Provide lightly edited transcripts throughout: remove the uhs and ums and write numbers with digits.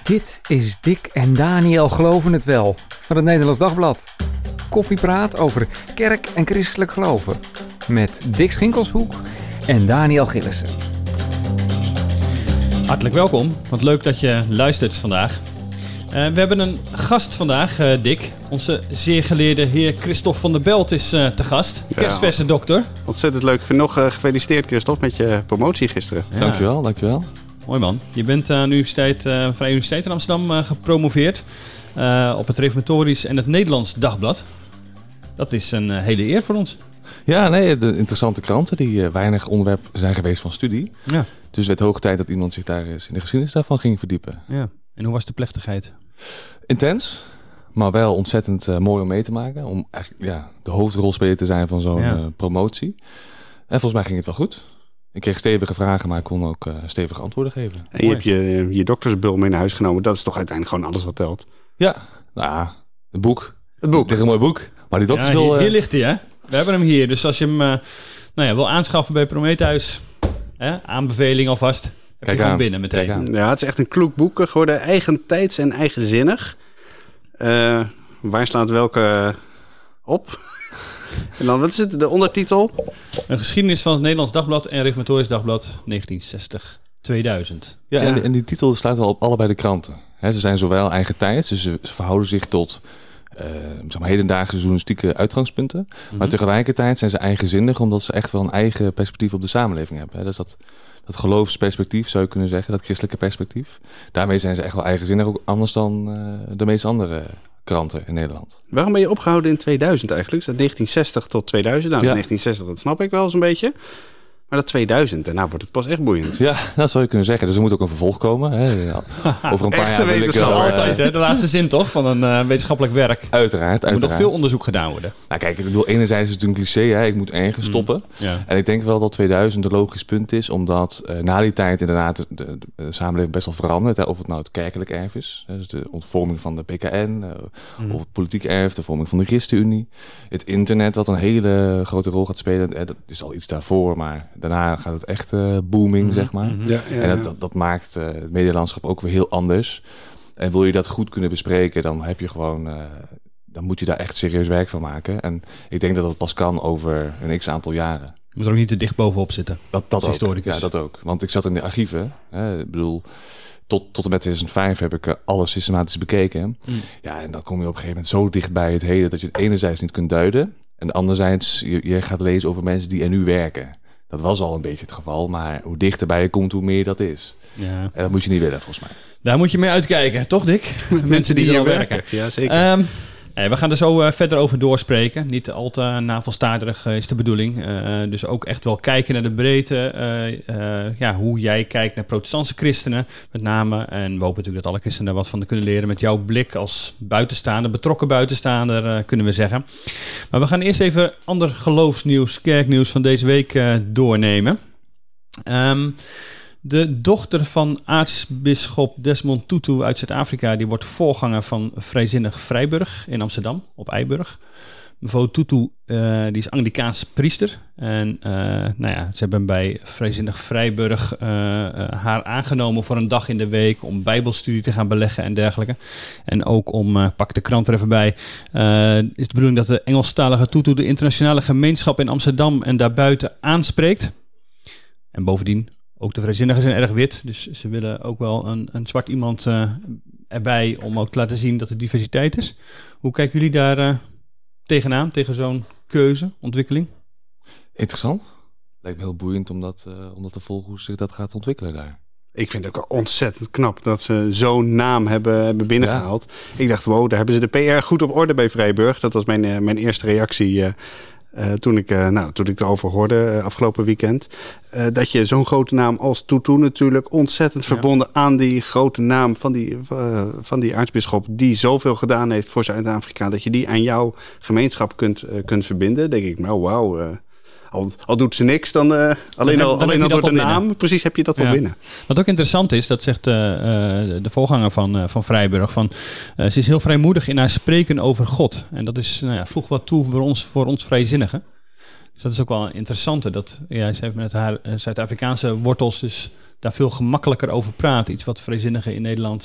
Dit is Dick en Daniel Geloven het Wel van het Nederlands Dagblad. Koffiepraat over kerk en christelijk geloven. Met Dick Schinkelshoek en Daniel Gillissen. Hartelijk welkom, wat leuk dat je luistert vandaag. We hebben een gast vandaag, Dick. Onze zeer geleerde heer Christophe van der Belt is te gast. Kerstverse dokter. Ontzettend leuk. Nog gefeliciteerd, Christophe, met je promotie gisteren. Ja. Dankjewel. Mooi man. Je bent aan de Vrije Universiteit in Amsterdam gepromoveerd op het Reformatorisch en het Nederlands Dagblad. Dat is een hele eer voor ons. Ja, nee, de interessante kranten die weinig onderwerp zijn geweest van studie. Ja. Dus het werd hoog tijd dat iemand zich daar eens in de geschiedenis daarvan ging verdiepen. Ja. En hoe was de plechtigheid? Intens, maar wel ontzettend mooi om mee te maken. Om eigenlijk de hoofdrolspeler te zijn van zo'n promotie. En volgens mij ging het wel goed. Ik kreeg stevige vragen, maar ik kon ook stevige antwoorden geven. En je hebt je doktersbul mee naar huis genomen. Dat is toch uiteindelijk gewoon alles wat telt? Ja, nou, het boek. Het boek. Het is een mooi boek. Maar die doktersbul... Hier ligt hij, hè? We hebben hem hier. Dus als je hem wil aanschaffen bij Prometheus, aanbeveling alvast, heb je gewoon binnen meteen. Ja, het is echt een kloek boek geworden. Eigentijds en eigenzinnig. Waar slaat welke op? En dan, wat is het? De ondertitel? Een geschiedenis van het Nederlands Dagblad en Reformatorisch Dagblad 1960-2000. Ja, en die titel slaat wel op allebei de kranten. Ze zijn zowel eigentijds, dus ze verhouden zich tot hedendaagse journalistieke uitgangspunten. Mm-hmm. Maar tegelijkertijd zijn ze eigenzinnig, omdat ze echt wel een eigen perspectief op de samenleving hebben. Dus dat geloofsperspectief, zou je kunnen zeggen, dat christelijke perspectief. Daarmee zijn ze echt wel eigenzinnig, ook anders dan de meeste andere kranten in Nederland. Waarom ben je opgehouden in 2000 eigenlijk? Dus 1960 tot 2000. Nou, 1960, dat snap ik wel zo'n beetje. Maar dat 2000, daarna wordt het pas echt boeiend. Ja, dat zou je kunnen zeggen. Dus er moet ook een vervolg komen. Hè. Over een paar jaar wil ik wel... altijd, de laatste zin toch, van een wetenschappelijk werk. Uiteraard. Er moet nog veel onderzoek gedaan worden. Nou kijk, ik bedoel, enerzijds is het een cliché. Hè. Ik moet ergens stoppen. Ja. En ik denk wel dat 2000 een logisch punt is. Omdat na die tijd inderdaad de samenleving best wel verandert. Hè. Of het nou het kerkelijk erf is. Hè. Dus de ontvorming van de PKN. Of het politiek erf. De vorming van de ChristenUnie. Het internet wat een hele grote rol gaat spelen. Dat is al iets daarvoor, maar... Daarna gaat het echt booming, zeg maar. Ja, en dat maakt het medialandschap ook weer heel anders. En wil je dat goed kunnen bespreken, dan heb je gewoon... dan moet je daar echt serieus werk van maken. En ik denk dat dat pas kan over een x-aantal jaren. Je moet er ook niet te dicht bovenop zitten. Dat ook. Historicus. Ja, dat ook. Want ik zat in de archieven. Ik bedoel... Tot en met 2005 heb ik alles systematisch bekeken. Ja, en dan kom je op een gegeven moment zo dicht bij het heden... dat je het enerzijds niet kunt duiden... en anderzijds je gaat lezen over mensen die er nu werken... Dat was al een beetje het geval, maar hoe dichterbij je komt, hoe meer dat is. Ja. En dat moet je niet willen, volgens mij. Daar moet je mee uitkijken, toch Dick? Mensen die er werken. Ja, zeker. We gaan er zo verder over doorspreken. Niet al te navelstaarderig is de bedoeling. Dus ook echt wel kijken naar de breedte. Hoe jij kijkt naar protestantse christenen met name. En we hopen natuurlijk dat alle christenen daar wat van kunnen leren... met jouw blik als buitenstaander, betrokken buitenstaander, kunnen we zeggen. Maar we gaan eerst even ander geloofsnieuws, kerknieuws van deze week doornemen. De dochter van aartsbisschop Desmond Tutu uit Zuid-Afrika... die wordt voorganger van Vrijzinnig Vrijburg in Amsterdam, op Eiburg. Mevrouw Tutu die is Anglikaans priester. En ze hebben bij Vrijzinnig Vrijburg haar aangenomen voor een dag in de week... om bijbelstudie te gaan beleggen en dergelijke. En ook om, pak de krant er even bij... is de bedoeling dat de Engelstalige Tutu de internationale gemeenschap in Amsterdam... en daarbuiten aanspreekt. En bovendien... Ook de vrijzinnigen zijn erg wit, dus ze willen ook wel een zwart iemand erbij... om ook te laten zien dat er diversiteit is. Hoe kijken jullie daar tegenaan, tegen zo'n keuzeontwikkeling? Interessant. Lijkt me heel boeiend om dat te volgen hoe zich dat gaat ontwikkelen daar. Ik vind het ook wel ontzettend knap dat ze zo'n naam hebben binnengehaald. Ja. Ik dacht, wow, daar hebben ze de PR goed op orde bij Vrijburg. Dat was mijn eerste reactie... Toen ik erover hoorde afgelopen weekend. Dat je zo'n grote naam als Tutu natuurlijk ontzettend verbonden aan die grote naam van die aartsbisschop die zoveel gedaan heeft voor Zuid-Afrika. Dat je die aan jouw gemeenschap kunt verbinden. Denk ik, nou wauw. Al doet ze niks, dan alleen al door de naam. Binnen. Precies, heb je dat al binnen. Wat ook interessant is, dat zegt de voorganger van Vrijburg... ze is heel vrijmoedig in haar spreken over God. En dat is, voegt wat toe voor ons vrijzinnigen. Dus dat is ook wel interessant. Dat ze heeft met haar Zuid-Afrikaanse wortels... dus daar veel gemakkelijker over praten. Iets wat vrijzinnigen in Nederland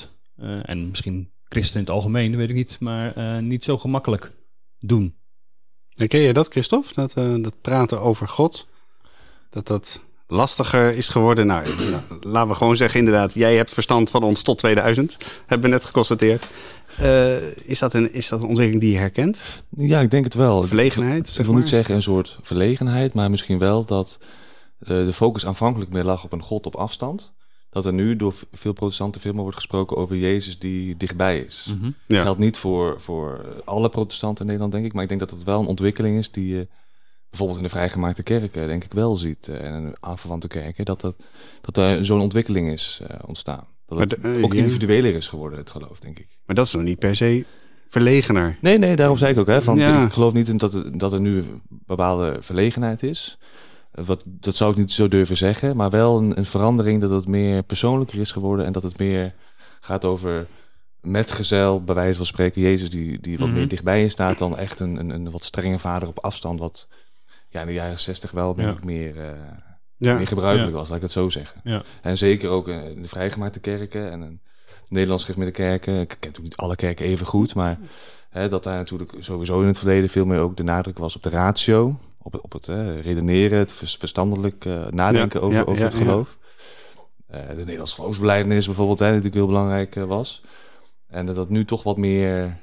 en misschien christenen in het algemeen, weet ik niet, maar niet zo gemakkelijk doen. Ken je dat, Christophe? Dat praten over God, dat lastiger is geworden? Nou, laten we gewoon zeggen inderdaad, jij hebt verstand van ons tot 2000, hebben we net geconstateerd. Is dat een ontwikkeling die je herkent? Ja, ik denk het wel. Verlegenheid? Ik wil niet zeggen een soort verlegenheid, maar misschien wel dat de focus aanvankelijk meer lag op een God op afstand. Dat er nu door veel protestanten veel meer wordt gesproken over Jezus die dichtbij is. Mm-hmm. Ja. Dat geldt niet voor alle protestanten in Nederland, denk ik. Maar ik denk dat het wel een ontwikkeling is die je bijvoorbeeld in de vrijgemaakte kerken denk ik wel ziet. En in aanverwante kerken, dat er zo'n ontwikkeling is ontstaan. Dat het ook individueler is geworden, het geloof, denk ik. Maar dat is nog niet per se verlegener. Nee, daarom zei ik ook. Ik geloof niet in dat er nu een bepaalde verlegenheid is. Dat zou ik niet zo durven zeggen. Maar wel een verandering dat het meer persoonlijker is geworden. En dat het meer gaat over metgezel, bij wijze van spreken. Jezus die wat meer dichtbij je staat dan echt een wat strenge vader op afstand. Wat in de jaren 60 wel meer gebruikelijk was, laat ik het zo zeggen. Ja. En zeker ook in de vrijgemaakte kerken en in Nederlands Geschriftenkerken. Ik ken natuurlijk niet alle kerken even goed, maar dat daar natuurlijk sowieso in het verleden veel meer ook de nadruk was op de ratio. Op het redeneren, het verstandelijk nadenken over het geloof. De Nederlandse geloofsbelijdenis bijvoorbeeld, die natuurlijk heel belangrijk was. En dat nu toch wat meer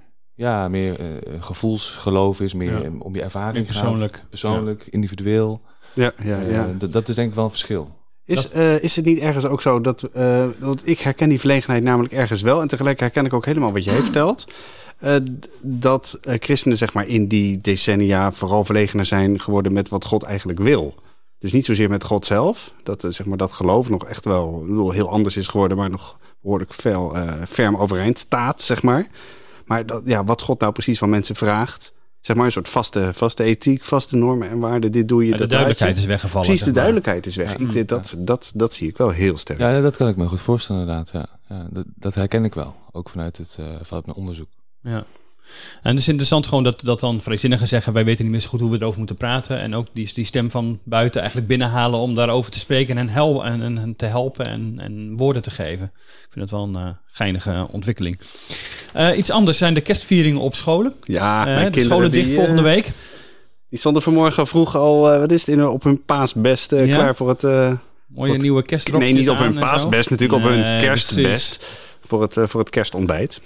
gevoelsgeloof is, meer om je ervaring persoonlijk, individueel. Ja. Dat is denk ik wel een verschil. Is het niet ergens ook zo dat... want ik herken die verlegenheid namelijk ergens wel. En tegelijk herken ik ook helemaal wat jij vertelt. Dat christenen zeg maar in die decennia vooral verlegener zijn geworden met wat God eigenlijk wil. Dus niet zozeer met God zelf. Dat zeg maar dat geloof nog echt wel heel anders is geworden, maar nog behoorlijk veel ferm overeind staat, zeg maar. Maar wat God nou precies van mensen vraagt, zeg maar een soort vaste ethiek, vaste normen en waarden. Dit doe je. De duidelijkheid is weggevallen. Precies, de duidelijkheid is weg. Dat zie ik wel heel sterk. Ja, dat kan ik me goed voorstellen inderdaad. Ja, dat herken ik wel, ook vanuit mijn onderzoek. Ja. En het is interessant gewoon dat dan vrijzinnigen zeggen, wij weten niet meer zo goed hoe we erover moeten praten. En ook die stem van buiten eigenlijk binnenhalen om daarover te spreken en te helpen en woorden te geven. Ik vind het wel een geinige ontwikkeling. Iets anders zijn de kerstvieringen op scholen. Ja, de scholen dicht volgende week. Die stonden vanmorgen vroeg al, op hun paasbest klaar voor het... mooie nieuwe kerstdropjes. Nee, niet op hun paasbest, natuurlijk op hun kerstbest. Voor het kerstontbijt.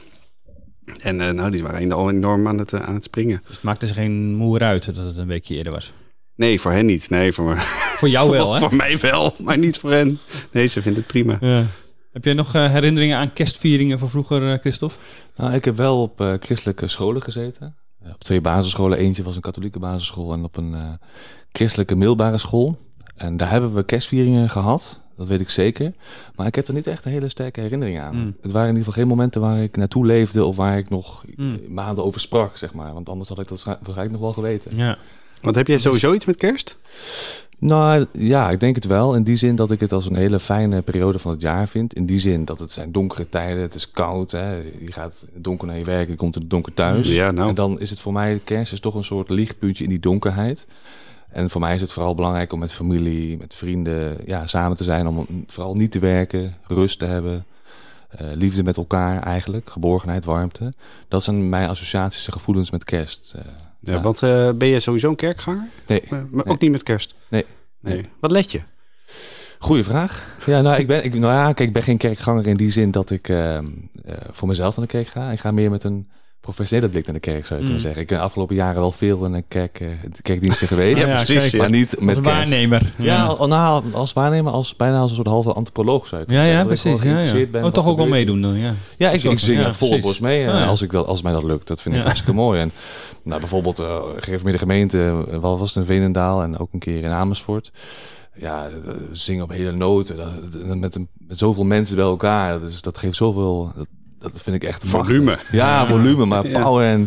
En die waren al enorm aan het springen. Dus het maakte ze geen moer uit dat het een weekje eerder was? Nee, voor hen niet. Nee, voor jou wel, hè? Voor mij wel, maar niet voor hen. Nee, ze vinden het prima. Ja. Heb jij nog herinneringen aan kerstvieringen van vroeger, Christophe? Nou, ik heb wel op christelijke scholen gezeten. Op 2 basisscholen. Eentje was een katholieke basisschool en op een christelijke middelbare school. En daar hebben we kerstvieringen gehad. Dat weet ik zeker. Maar ik heb er niet echt een hele sterke herinnering aan. Het waren in ieder geval geen momenten waar ik naartoe leefde of waar ik nog maanden over sprak, zeg maar. Want anders had ik dat waarschijnlijk nog wel geweten. Ja. Want heb jij sowieso iets met kerst? Nou ja, ik denk het wel. In die zin dat ik het als een hele fijne periode van het jaar vind. In die zin dat het zijn donkere tijden, het is koud. Hè? Je gaat donker naar je werk, je komt in het donker thuis. Ja, nou. En dan is het voor mij, kerst is toch een soort lichtpuntje in die donkerheid. En voor mij is het vooral belangrijk om met familie, met vrienden samen te zijn. Om vooral niet te werken, rust te hebben. Liefde met elkaar eigenlijk, geborgenheid, warmte. Dat zijn mijn associaties en gevoelens met kerst. Want ben je sowieso een kerkganger? Nee. Maar ook niet met kerst? Nee. Wat let je? Goeie vraag. Ja, ik ben geen kerkganger in die zin dat ik voor mezelf naar de kerk ga. Ik ga meer met een professionele blik naar de kerk, zou je kunnen zeggen. Ik ben de afgelopen jaren wel veel in een kerkdiensten geweest. Ja, precies. Maar niet met als waarnemer. Als waarnemer, bijna als een soort halve antropoloog, zou je kunnen zeggen. Precies. Ben toch ook wel meedoen dan, Ja, ik zing het volle borst mee als mij dat lukt. Dat vind ik hartstikke mooi. En bijvoorbeeld, gereformeerde gemeente, wat was het in Veenendaal en ook een keer in Amersfoort. Ja, zingen op hele noten, met zoveel mensen bij elkaar. Dus dat geeft zoveel... Dat vind ik echt volume. Ja, volume, maar power en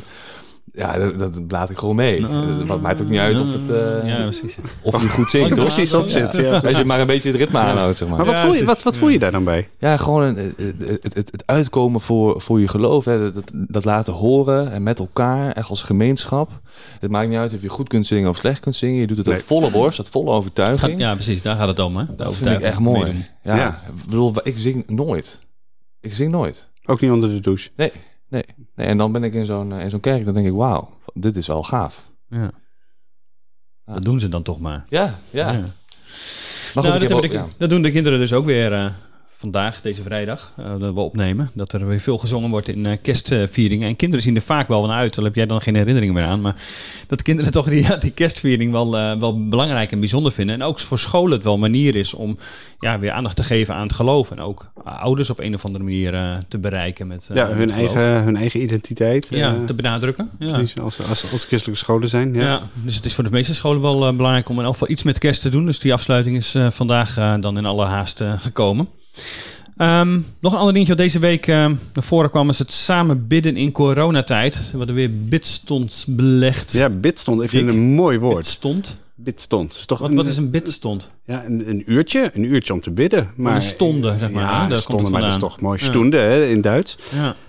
dat laat ik gewoon mee. Wat maakt ook niet uit of het of je goed zingt, toch? Precies op zit. Ja. Als je maar een beetje het ritme aanhoudt, zeg maar. Maar wat voel je daar dan bij? Ja, gewoon het uitkomen voor je geloof, hè, dat laten horen en met elkaar, echt als gemeenschap. Het maakt niet uit of je goed kunt zingen of slecht kunt zingen. Je doet het uit volle borst, uit volle overtuiging. Ja, precies. Daar gaat het om, hè? Dat vind ik echt mooi. Ja. Ik bedoel, ik zing nooit. Ook niet onder de douche? Nee. En dan ben ik in zo'n kerk, dan denk ik, wauw, dit is wel gaaf. Ja. Dat doen ze dan toch maar. Ja. Maar goed, dat doen de kinderen dus ook weer vandaag, deze vrijdag, dat we opnemen. Dat er weer veel gezongen wordt in kerstvieringen. En kinderen zien er vaak wel van uit. Daar heb jij dan geen herinneringen meer aan. Maar dat kinderen toch die kerstviering wel belangrijk en bijzonder vinden. En ook voor scholen het wel een manier is om weer aandacht te geven aan het geloof. En ook ouders op een of andere manier te bereiken met hun eigen identiteit. Te benadrukken. Ja. Precies, als christelijke scholen zijn. Ja. Dus het is voor de meeste scholen wel belangrijk om in elk geval iets met kerst te doen. Dus die afsluiting is vandaag dan in alle haast gekomen. Nog een ander dingetje wat deze week naar voren kwam is het samen bidden in coronatijd. We hadden weer bidstond belegd. Ja, bidstond. Ik vind het een mooi woord. Bidstond. Is toch wat is een bidstond? Ja, een uurtje om te bidden. Maar een stonde, zeg maar. Ja, een stonde, maar dat is toch mooi. Stunde, hè, in Duits.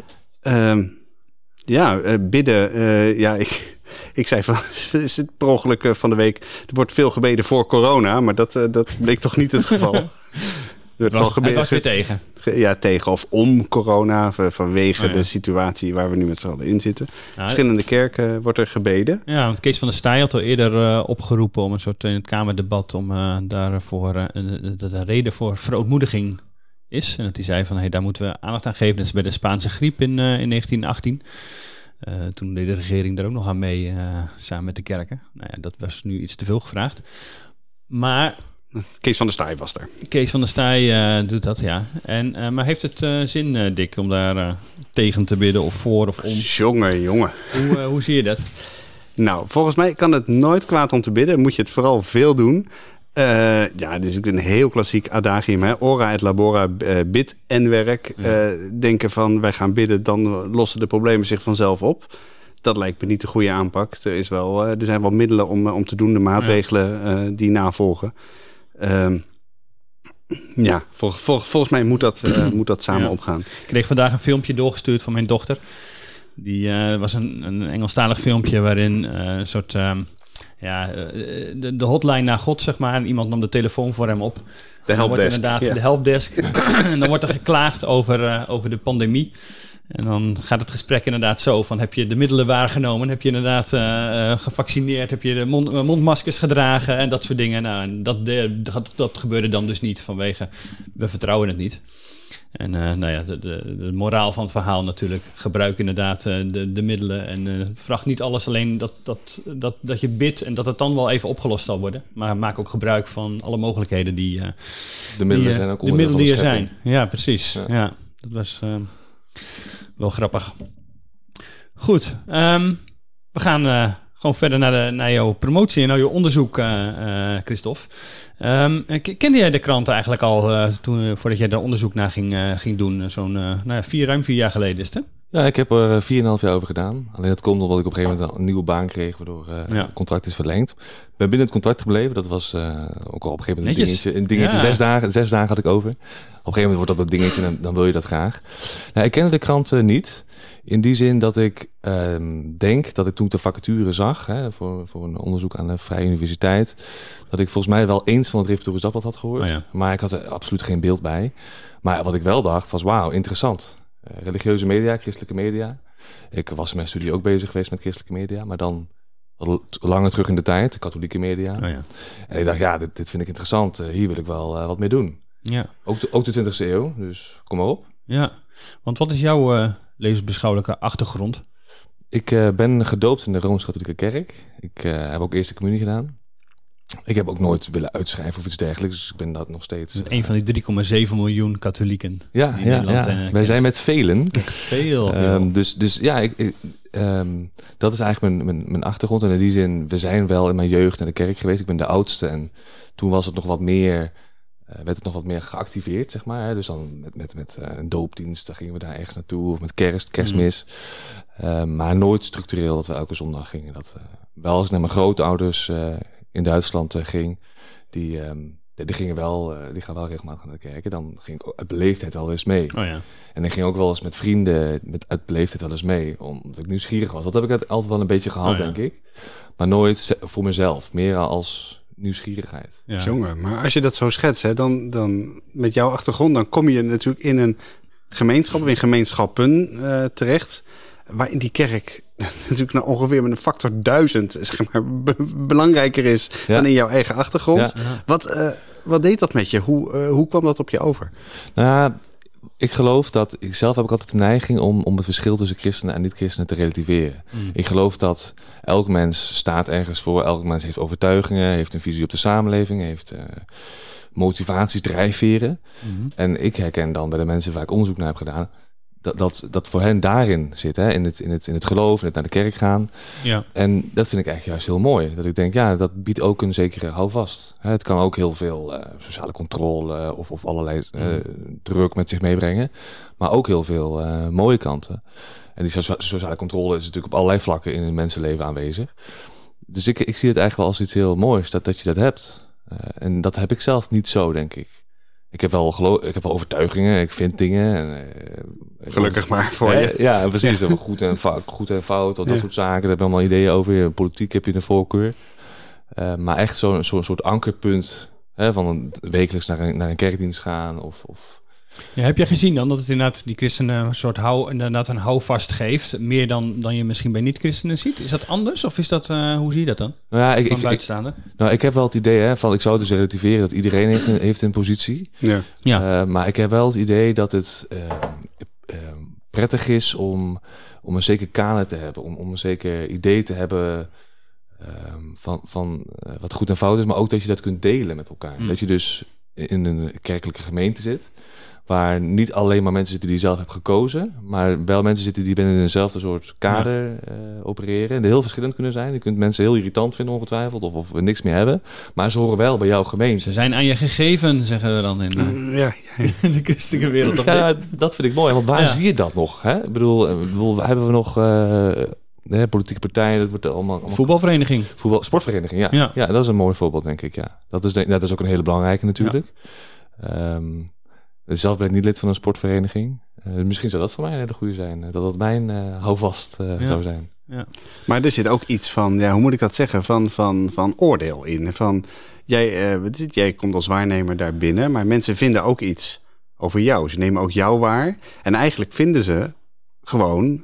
Ja. Bidden. Ik zei van, is het per ongeluk van de week. Er wordt veel gebeden voor corona, maar dat bleek toch niet het geval. Het was weer tegen. Ja, tegen of om corona, vanwege de situatie waar we nu met z'n allen in zitten. Verschillende kerken wordt er gebeden. Ja, want Kees van der Staaij had al eerder opgeroepen om een soort in het Kamerdebat om daarvoor dat een reden voor verootmoediging is. En dat hij zei van, daar moeten we aandacht aan geven. Dat is bij de Spaanse griep in 1918. Toen deed de regering daar ook nog aan mee, samen met de kerken. Nou ja, dat was nu iets te veel gevraagd. Maar Kees van der Staaij was er. Kees van der Staaij doet dat, ja. Maar heeft het zin, Dick, om daar tegen te bidden of voor of om? Jongen. Hoe zie je dat? Nou, volgens mij kan het nooit kwaad om te bidden. Moet je het vooral veel doen. Dit is ook een heel klassiek adagium. Hè? Ora et labora, bid en werk. Denken van, wij gaan bidden, dan lossen de problemen zich vanzelf op. Dat lijkt me niet de goede aanpak. Er zijn wel middelen om te doen, de maatregelen die navolgen. Volgens mij moet dat samen opgaan. Ik kreeg vandaag een filmpje doorgestuurd van mijn dochter. Die was een Engelstalig filmpje waarin een soort de hotline naar God, zeg maar. En iemand nam de telefoon voor hem op. De helpdesk. De helpdesk. En dan wordt er geklaagd over de pandemie. En dan gaat het gesprek inderdaad zo van, heb je de middelen waargenomen? Heb je inderdaad gevaccineerd? Heb je de mondmaskers gedragen? En dat soort dingen. Nou, en dat gebeurde dan dus niet vanwege, we vertrouwen het niet. En de moraal van het verhaal natuurlijk. Gebruik inderdaad de middelen. En vraag niet alles alleen dat je bidt en dat het dan wel even opgelost zal worden. Maar maak ook gebruik van alle mogelijkheden die de middelen zijn ook de middelen die er zijn. Ja, precies. Ja, dat was wel grappig. Goed. We gaan gewoon verder naar jouw promotie en naar jouw onderzoek, Christophe. Kende jij de krant eigenlijk al voordat jij daar onderzoek naar ging doen? Ruim 4 jaar geleden is het, hè? Ja, ik heb er 4,5 jaar over gedaan. Alleen dat komt omdat ik op een gegeven moment een nieuwe baan kreeg, waardoor het contract is verlengd. Ik ben binnen het contract gebleven. Dat was ook al op een gegeven moment een dingetje. Ja. 6 dagen had ik over. Op een gegeven moment wordt dat een dingetje en dan wil je dat graag. Nou, ik kende de krant niet. In die zin dat ik denk dat ik toen de vacature zag voor een onderzoek aan de Vrije Universiteit, dat ik volgens mij wel eens van het Reformatorische Dagblad had gehoord. Oh ja. Maar ik had er absoluut geen beeld bij. Maar wat ik wel dacht was, wauw, interessant. Religieuze media, christelijke media. Ik was in mijn studie ook bezig geweest met christelijke media, maar dan wat langer terug in de tijd, katholieke media. Oh ja. En ik dacht, dit vind ik interessant. Hier wil ik wel wat mee doen. Ja. Ook de 20e eeuw, dus kom maar op. Ja, want wat is jouw levensbeschouwelijke achtergrond? Ik ben gedoopt in de Rooms-Katholieke Kerk. Ik heb ook eerste communie gedaan. Ik heb ook nooit willen uitschrijven of iets dergelijks. Dus ik ben dat nog steeds. Een van die 3,7 miljoen katholieken. Ja, in Nederland wij zijn met velen. Veel. Dus ja, dat is eigenlijk mijn achtergrond. En in die zin, we zijn wel in mijn jeugd naar de kerk geweest. Ik ben de oudste en toen was het nog wat meer, werd het nog wat meer geactiveerd, zeg maar. Hè? Dus dan met een doopdienst, dan gingen we daar ergens naartoe. Of met kerstmis. Maar nooit structureel dat we elke zondag gingen. Wel als ik naar mijn grootouders in Duitsland ging, die gaan wel regelmatig naar de kerk. Dan ging ik uit beleefdheid wel eens mee. Oh ja. En ik ging ook wel eens met vrienden uit beleefdheid wel eens mee, omdat ik nieuwsgierig was. Dat heb ik altijd wel een beetje gehad, denk ik. Maar nooit voor mezelf, meer als nieuwsgierigheid. Ja. Jongen, maar als je dat zo schetst, hè, dan met jouw achtergrond, dan kom je natuurlijk in een gemeenschappen, in gemeenschappen terecht. Waar in die kerk natuurlijk nou ongeveer met een factor 1000 zeg maar, belangrijker is dan in jouw eigen achtergrond. Ja. Wat deed dat met je? Hoe kwam dat op je over? Nou, ik geloof dat... Zelf heb ik altijd de neiging om het verschil tussen christenen en niet-christenen te relativeren. Ik geloof dat elk mens staat ergens voor. Elk mens heeft overtuigingen, heeft een visie op de samenleving, heeft motivaties, drijfveren. En ik herken dan bij de mensen waar ik onderzoek naar heb gedaan... Dat voor hen daarin zit, hè? In het geloof, in het naar de kerk gaan. Ja. En dat vind ik eigenlijk juist heel mooi. Dat ik denk, dat biedt ook een zekere houvast. Het kan ook heel veel sociale controle of allerlei druk met zich meebrengen. Maar ook heel veel mooie kanten. En die sociale controle is natuurlijk op allerlei vlakken in het mensenleven aanwezig. Dus ik zie het eigenlijk wel als iets heel moois dat je dat hebt. En dat heb ik zelf niet zo, denk ik. Ik heb wel overtuigingen, ik vind dingen. Gelukkig maar voor je. Ja, precies. Ja. Goed en fout, dat soort zaken. Daar heb je allemaal ideeën over. Politiek heb je een voorkeur. Maar echt zo'n soort ankerpunt van een wekelijks naar een kerkdienst gaan. Of... Ja, heb jij gezien dan dat het inderdaad die christenen een soort een houvast geeft? Meer dan je misschien bij niet-christenen ziet? Is dat anders? Of is dat, hoe zie je dat dan? Nou ja, van buitenstaander? Ik heb wel het idee van, ik zou dus relativeren dat iedereen heeft een positie. Ja. Maar ik heb wel het idee dat het prettig is om een zeker kader te hebben. Om een zeker idee te hebben van wat goed en fout is. Maar ook dat je dat kunt delen met elkaar. Dat je dus in een kerkelijke gemeente zit... waar niet alleen maar mensen zitten die je zelf hebt gekozen... maar wel mensen zitten die binnen eenzelfde soort kader opereren... en die heel verschillend kunnen zijn. Je kunt mensen heel irritant vinden ongetwijfeld... of niks meer hebben, maar ze horen wel bij jouw gemeente. Ze zijn aan je gegeven, zeggen we dan in de christelijke wereld. Ja, dat vind ik mooi, want waar zie je dat nog? Hè? Ik bedoel, hebben we nog... politieke partijen, dat wordt allemaal... Voetbalvereniging. Sportvereniging, ja. Ja, dat is een mooi voorbeeld, denk ik, ja. Dat is ook een hele belangrijke natuurlijk. Ja. Zelf ben ik niet lid van een sportvereniging. Misschien zou dat voor mij een hele goede zijn. Dat mijn houvast zou zijn. Ja. Maar er zit ook iets van, hoe moet ik dat zeggen, van oordeel in. Van, jij komt als waarnemer daar binnen, maar mensen vinden ook iets over jou. Ze nemen ook jou waar. En eigenlijk vinden ze gewoon...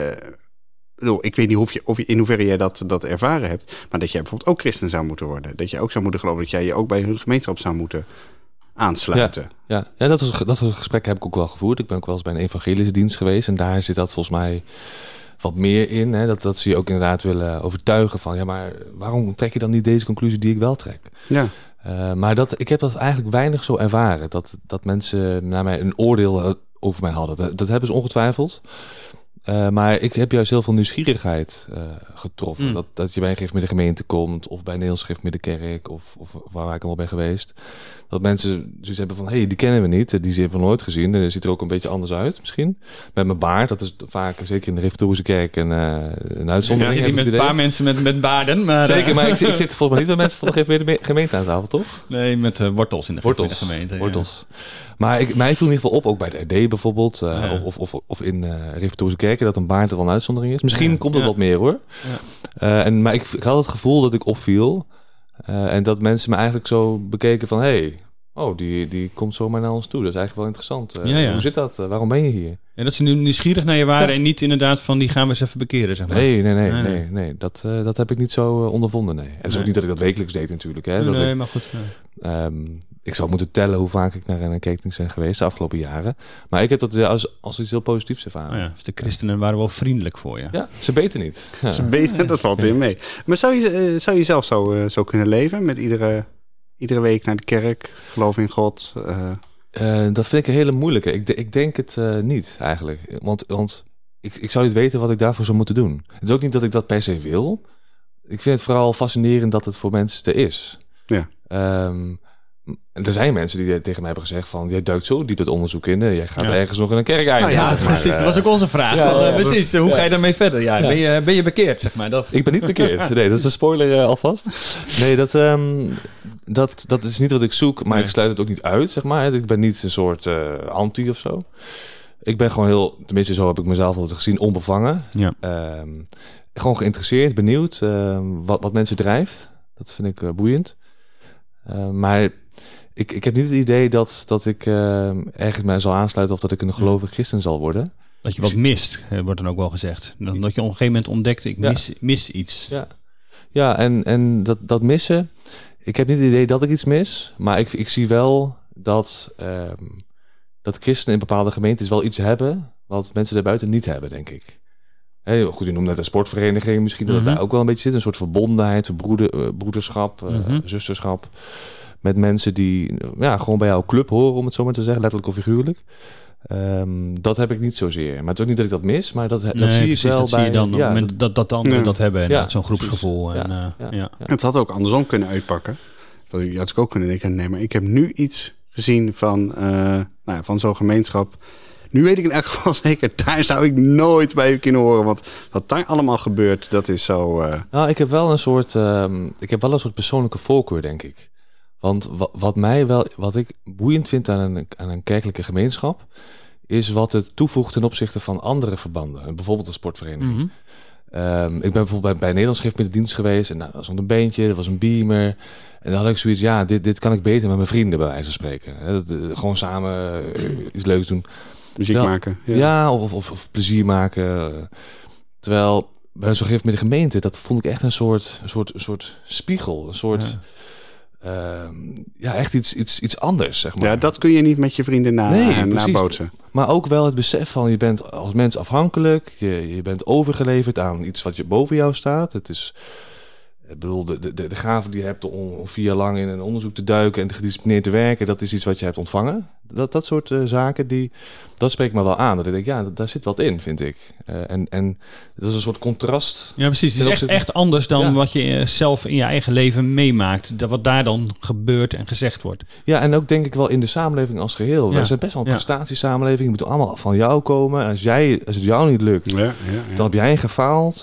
ik weet niet of je in hoeverre jij dat ervaren hebt, maar dat jij bijvoorbeeld ook christen zou moeten worden. Dat je ook zou moeten geloven dat jij je ook bij hun gemeenschap zou moeten aansluiten. Ja, dat soort gesprekken heb ik ook wel gevoerd. Ik ben ook wel eens bij een evangelische dienst geweest en daar zit dat volgens mij wat meer in. Hè? Dat ze je ook inderdaad willen overtuigen van, maar waarom trek je dan niet deze conclusie die ik wel trek? Ja. Maar ik heb dat eigenlijk weinig zo ervaren. Dat mensen naar mij een oordeel over mij hadden. Dat hebben ze ongetwijfeld. Maar ik heb juist heel veel nieuwsgierigheid getroffen. Dat je bij een Giftmiddengemeente komt... of bij een Nederlands Giftmiddenkerk... of waar ik allemaal ben geweest. Dat mensen zoiets hebben van... die kennen we niet, die hebben we nooit gezien. Die ziet er ook een beetje anders uit misschien. Met mijn baard, dat is vaak... zeker in de Reformatorische Kerk een uitzondering. Ja, niet met een paar mensen met baarden. Maar, zeker, maar ik zit volgens mij niet met mensen van de Giftmiddengemeente aan tafel, toch? Nee, met wortels in de Giftmiddengemeente. Wortels. Ja. Maar mij viel in ieder geval op, ook bij de RD bijvoorbeeld... of in Reformatorische Kerken, dat een baard wel een uitzondering is. Misschien komt het wat meer, hoor. Ja. Maar ik had het gevoel dat ik opviel... en dat mensen me eigenlijk zo bekeken van... die komt zomaar naar ons toe. Dat is eigenlijk wel interessant. Hoe zit dat? Waarom ben je hier? En dat ze nu nieuwsgierig naar je waren... en niet inderdaad van die gaan we eens even bekeren, zeg maar. Nee. Dat heb ik niet zo ondervonden, nee. En het is ook niet dat ik dat wekelijks deed natuurlijk. Hè? Maar goed. Ik zou moeten tellen hoe vaak ik naar een kerkdienst ben geweest... de afgelopen jaren. Maar ik heb dat als iets heel positiefs ervaren. Dus de christenen waren wel vriendelijk voor je. Ja, ze beten niet. Ja. Ze beten, dat valt weer mee. Maar zou je zelf zo kunnen leven met iedere week naar de kerk, geloof in God? Dat vind ik een hele moeilijke. Ik denk het niet eigenlijk. Want ik zou niet weten wat ik daarvoor zou moeten doen. Het is ook niet dat ik dat per se wil. Ik vind het vooral fascinerend dat het voor mensen er is. Ja. Er zijn mensen die tegen mij hebben gezegd van... jij duikt zo diep het onderzoek in... jij gaat ergens nog in een kerk eindigen. Precies. Dat was ook onze vraag. Precies, hoe ga je daarmee verder? Ja. Ben je bekeerd, zeg maar? Ik ben niet bekeerd. Nee, dat is een spoiler alvast. Nee, dat is niet wat ik zoek... maar ik sluit het ook niet uit, zeg maar. Ik ben niet een soort anti of zo. Ik ben gewoon heel... tenminste, zo heb ik mezelf altijd gezien... onbevangen. Ja. Gewoon geïnteresseerd, benieuwd... wat mensen drijft. Dat vind ik boeiend. Maar Ik heb niet het idee dat ik ergens mij zal aansluiten of dat ik een gelovig christen zal worden. Dat je wat mist, wordt dan ook wel gezegd. Dat je op een gegeven moment ontdekt, ik mis iets. Ja, en dat missen... Ik heb niet het idee dat ik iets mis, maar ik zie wel dat christenen in bepaalde gemeentes wel iets hebben wat mensen daarbuiten niet hebben, denk ik. Goed, je noemde net een sportvereniging, misschien dat het daar ook wel een beetje zit. Een soort verbondenheid, broederschap, zusterschap. Met mensen die gewoon bij jouw club horen, om het zo maar te zeggen, letterlijk of figuurlijk. Dat heb ik niet zozeer. Maar het is ook niet dat ik dat mis, maar dat zie ik wel dat bij... Zie je dan op het moment dat de anderen dat hebben. Zo'n groepsgevoel. Het had ook andersom kunnen uitpakken. Dat ik ook kunnen denken, nee, maar ik heb nu iets gezien van zo'n gemeenschap. Nu weet ik in elk geval zeker, daar zou ik nooit bij kunnen horen. Want wat daar allemaal gebeurt, dat is zo... Nou, ik heb wel een soort persoonlijke voorkeur, denk ik. Want wat ik boeiend vind aan een kerkelijke gemeenschap, is wat het toevoegt ten opzichte van andere verbanden. Bijvoorbeeld een sportvereniging. Mm-hmm. Ik ben bijvoorbeeld bij Nederlands Schriftmiddendienst geweest. En dat was een beentje, dat was een beamer. En dan had ik zoiets, dit kan ik beter met mijn vrienden bij wijze van spreken. Gewoon samen iets leuks doen. Muziek maken. Ja, of plezier maken. Terwijl bij zo'n gegeven moment de gemeente, dat vond ik echt een soort spiegel. Een soort... echt iets anders, zeg maar. Ja, dat kun je niet met je vrienden nabootsen. Maar ook wel het besef van, je bent als mens afhankelijk. Je bent overgeleverd aan iets wat je boven jou staat. Het is... Ik bedoel, de gave die je hebt om 4 jaar lang in een onderzoek te duiken en gedisciplineerd te werken, dat is iets wat je hebt ontvangen. Dat soort zaken, dat spreekt me wel aan. Dat ik denk, daar zit wat in, vind ik. En dat is een soort contrast. Ja, precies. Het is echt anders dan wat je zelf in je eigen leven meemaakt. Wat daar dan gebeurt en gezegd wordt. Ja, en ook denk ik wel in de samenleving als geheel. We zijn best wel een prestatiesamenleving. Je moet allemaal van jou komen. Als het jou niet lukt, dan heb jij gefaald.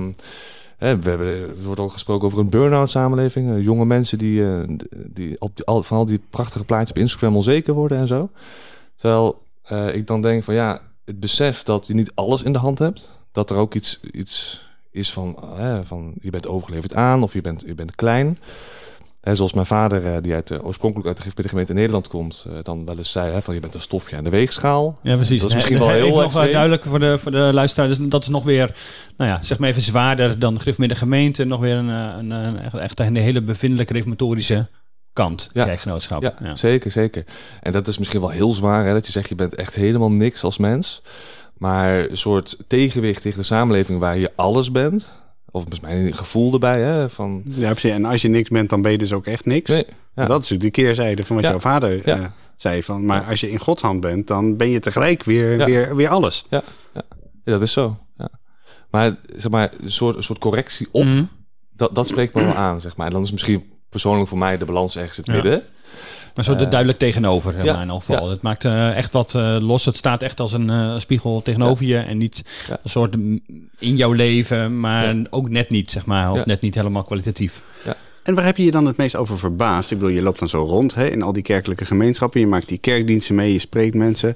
Er wordt ook gesproken over een burn-out samenleving. Jonge mensen die van al die prachtige plaatjes op Instagram onzeker worden en zo. Terwijl ik dan denk van het besef dat je niet alles in de hand hebt. Dat er ook iets is van je bent overgeleverd aan of je bent klein. Zoals mijn vader, die oorspronkelijk uit de Gifbiddengemeente in Nederland komt, dan wel eens zei van je bent een stofje aan de weegschaal. Ja, precies. Dat is misschien wel heel nog duidelijk voor de luisteraars. Dat is nog weer, zeg maar even zwaarder dan de Gifbiddengemeente. Nog weer een hele bevindelijke reformatorische kant, kerkgenootschap. Ja, zeker. En dat is misschien wel heel zwaar, dat je zegt je bent echt helemaal niks als mens. Maar een soort tegenwicht tegen de samenleving waar je alles bent. Of misschien een gevoel erbij. Ja, precies. En als je niks bent, dan ben je dus ook echt niks. Nee, dat is natuurlijk de keerzijde van wat jouw vader zei. Maar als je in Gods hand bent, dan ben je tegelijk weer alles. Ja, dat is zo. Ja. Maar zeg maar, een soort correctie op, dat spreekt me wel aan. Zeg maar. En dan is misschien persoonlijk voor mij de balans ergens het midden. Maar zo duidelijk tegenover in mijn geval. Het maakt echt wat los. Het staat echt als een spiegel tegenover je. En niet een soort in jouw leven. Maar ook net niet, zeg maar. Of net niet helemaal kwalitatief. Ja. En waar heb je je dan het meest over verbaasd? Ik bedoel, je loopt dan zo rond in al die kerkelijke gemeenschappen. Je maakt die kerkdiensten mee. Je spreekt mensen.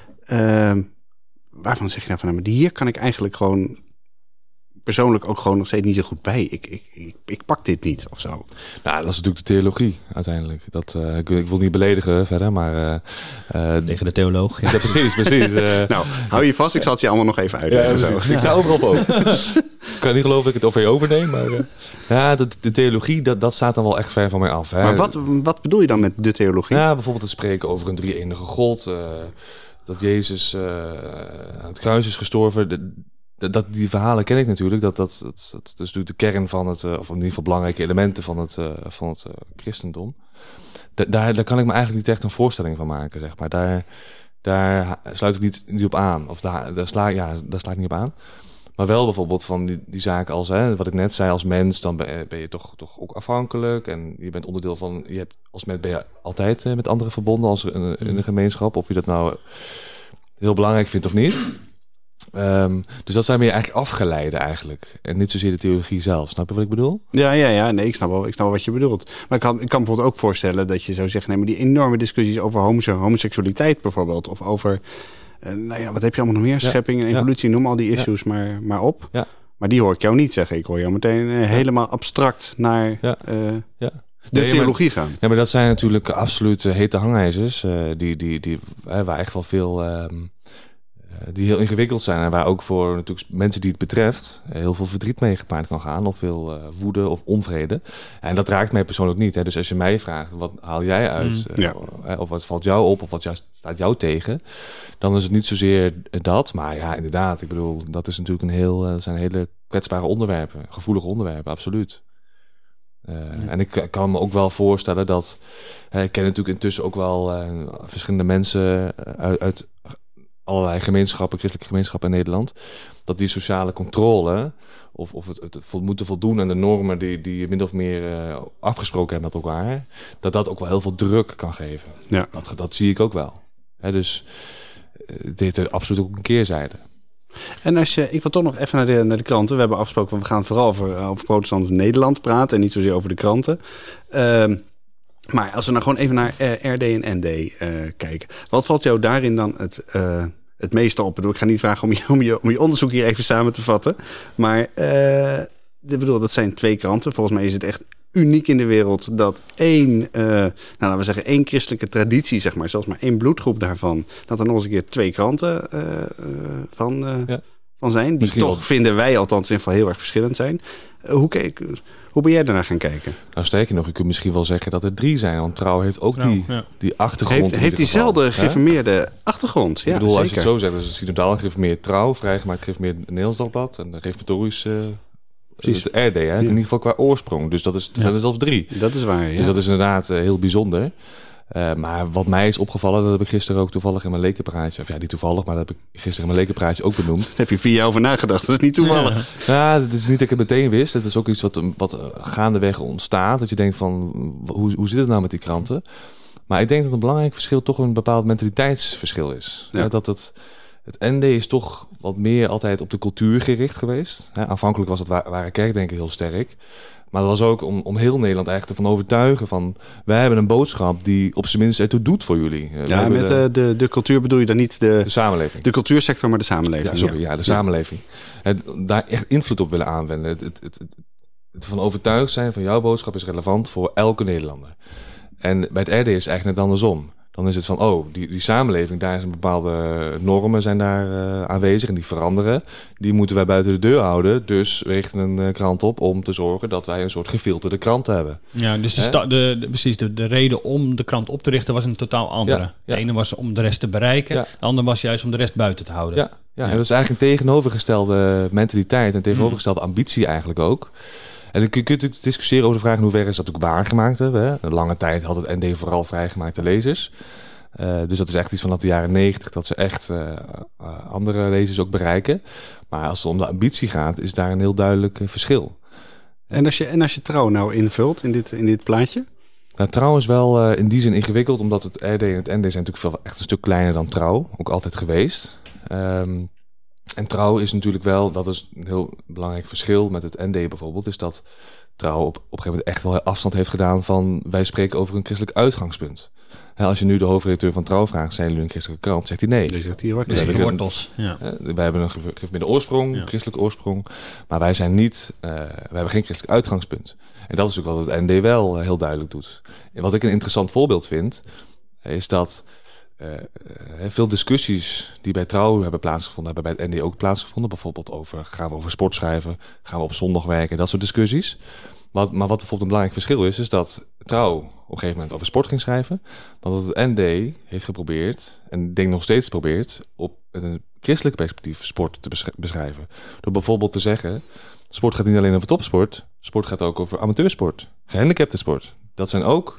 Waarvan zeg je nou van... maar hier kan ik eigenlijk gewoon... persoonlijk ook gewoon nog steeds niet zo goed bij. Ik pak dit niet of zo. Nou, dat is natuurlijk de theologie uiteindelijk. Ik wil niet beledigen verder, maar... tegen de theoloog. Ja, precies. Nou, hou je vast. Ik zal het je allemaal nog even uitleggen. Ja, ik sta overal op. Ik kan niet geloven dat ik het over je overneem, maar... de theologie, dat staat dan wel echt ver van mij af. Hè. Maar wat bedoel je dan met de theologie? Ja, bijvoorbeeld het spreken over een drie-enige God. Dat Jezus aan het kruis is gestorven... Die verhalen ken ik natuurlijk. Dat is natuurlijk de kern van het, of in ieder geval belangrijke elementen van het christendom. Daar kan ik me eigenlijk niet echt een voorstelling van maken, zeg maar. Daar sluit ik niet op aan. Of daar sla ik niet op aan. Maar wel bijvoorbeeld van die zaken als, wat ik net zei, als mens, dan ben je toch ook afhankelijk. En je bent onderdeel van, als mens ben je altijd met anderen verbonden als in een gemeenschap. Of je dat nou heel belangrijk vindt of niet. Dus dat zijn meer eigenlijk afgeleiden eigenlijk. En niet zozeer de theologie zelf. Snap je wat ik bedoel? Ja. Nee, ik snap wel wat je bedoelt. Maar ik kan bijvoorbeeld ook voorstellen dat je zou zeggen... nee, maar die enorme discussies over homoseksualiteit bijvoorbeeld... of over, wat heb je allemaal nog meer? Schepping en evolutie, noem al die issues maar op. Ja. Maar die hoor ik jou niet zeggen. Ik hoor jou meteen helemaal abstract naar... theologie gaan. Ja, maar dat zijn natuurlijk absoluut hete hangijzers. Waar echt wel veel... die heel ingewikkeld zijn. En waar ook voor natuurlijk mensen die het betreft... heel veel verdriet mee gepaard kan gaan. Of veel woede of onvrede. En dat raakt mij persoonlijk niet. Hè. Dus als je mij vraagt, wat haal jij uit? Of wat valt jou op? Of wat staat jou tegen? Dan is het niet zozeer dat. Maar ja, inderdaad. Ik bedoel, dat is natuurlijk dat zijn hele kwetsbare onderwerpen. Gevoelige onderwerpen, absoluut. En ik kan me ook wel voorstellen dat... ik ken natuurlijk intussen ook wel verschillende mensen uit allerlei gemeenschappen, christelijke gemeenschappen in Nederland, dat die sociale controle of het moeten voldoen aan de normen die je min of meer afgesproken hebt met elkaar, dat ook wel heel veel druk kan geven. Ja. Dat zie ik ook wel. Dus dit heeft absoluut ook een keerzijde. En ik wil toch nog even naar de kranten. We hebben afgesproken, we gaan vooral over protestant Nederland praten en niet zozeer over de kranten. Maar als we nou gewoon even naar RD en ND kijken. Wat valt jou daarin dan het meeste op? Ik ga niet vragen om je onderzoek hier even samen te vatten. Maar dat zijn 2 kranten. Volgens mij is het echt uniek in de wereld dat laten we zeggen, 1 christelijke traditie, zeg maar, zelfs maar 1 bloedgroep daarvan, dat er nog eens een keer 2 kranten van zijn. Die misschien toch, wel, vinden wij althans in ieder geval heel erg verschillend zijn. Hoe ben jij daarnaar gaan kijken? Nou, sterker nog, je kunt misschien wel zeggen dat er 3 zijn. Want Trouw heeft ook die achtergrond. Heeft diezelfde gereformeerde achtergrond. Ja, ik bedoel, zeker. Als je het zo zegt, dus synodaal gereformeerd Trouw, vrijgemaakt gereformeerd Nederlands Dagblad en reformatorisch het RD, hè? Ja. In ieder geval qua oorsprong. Dus er zijn er zelfs 3. Dat is waar, ja. Dus dat is inderdaad heel bijzonder. Maar wat mij is opgevallen, dat heb ik gisteren ook toevallig in mijn lekenpraatje... Of ja, niet toevallig, maar dat heb ik gisteren in mijn lekenpraatit ook benoemd. Daar heb je 4 jaar over nagedacht, dat is niet toevallig. Ja, dat is niet dat ik het meteen wist. Het is ook iets wat gaandeweg ontstaat. Dat je denkt van, hoe zit het nou met die kranten? Maar ik denk dat een belangrijk verschil toch een bepaald mentaliteitsverschil is. Ja. Dat het ND is toch wat meer altijd op de cultuur gericht geweest. Aanvankelijk was het ware kerkdenken heel sterk. Maar dat was ook om heel Nederland eigenlijk ervan overtuigen van... wij hebben een boodschap die op zijn minst ertoe doet voor jullie. Ja, met de cultuur bedoel je dan niet de samenleving. De cultuursector, maar de samenleving. Ja, de samenleving. Daar echt invloed op willen aanwenden. Het van overtuigd zijn van jouw boodschap is relevant voor elke Nederlander. En bij het RD is het eigenlijk net andersom. Dan is het van, die samenleving, daar zijn bepaalde normen zijn daar aanwezig en die veranderen. Die moeten wij buiten de deur houden. Dus we richten een krant op om te zorgen dat wij een soort gefilterde krant hebben. Ja, dus precies, de reden om de krant op te richten was een totaal andere. Ja. De ene was om de rest te bereiken, de andere was juist om de rest buiten te houden. Ja, en dat is eigenlijk een tegenovergestelde mentaliteit en tegenovergestelde ambitie eigenlijk ook. En dan kun je natuurlijk discussiëren over de vraag in hoeverre is dat ook waargemaakt hebben. Hè? Een lange tijd had het ND vooral vrijgemaakte lezers. Dus dat is echt iets vanaf de jaren 90 dat ze echt andere lezers ook bereiken. Maar als het om de ambitie gaat, is daar een heel duidelijk verschil. En als je Trouw nou invult in dit plaatje? Nou, Trouw is wel in die zin ingewikkeld, omdat het RD en het ND zijn natuurlijk echt een stuk kleiner dan Trouw. Ook altijd geweest. En Trouw is natuurlijk wel, dat is een heel belangrijk verschil met het ND bijvoorbeeld, is dat Trouw op een gegeven moment echt wel afstand heeft gedaan van wij spreken over een christelijk uitgangspunt. Als je nu de hoofdredacteur van Trouw vraagt, zijn jullie een christelijke krant? Zegt hij nee. Dus zegt hij wortels. Wij hebben een gereformeerde oorsprong, christelijke oorsprong, maar wij zijn niet, wij hebben geen christelijk uitgangspunt. En dat is ook wat het ND wel heel duidelijk doet. En wat ik een interessant voorbeeld vind, is dat veel discussies die bij Trouw hebben plaatsgevonden, hebben bij het ND ook plaatsgevonden. Bijvoorbeeld gaan we over sport schrijven, gaan we op zondag werken, dat soort discussies. Maar wat bijvoorbeeld een belangrijk verschil is dat Trouw op een gegeven moment over sport ging schrijven, maar dat het ND heeft geprobeerd, en ik denk nog steeds probeert, op een christelijk perspectief sport te beschrijven. Door bijvoorbeeld te zeggen, sport gaat niet alleen over topsport, sport gaat ook over amateursport, gehandicapte sport. Dat zijn ook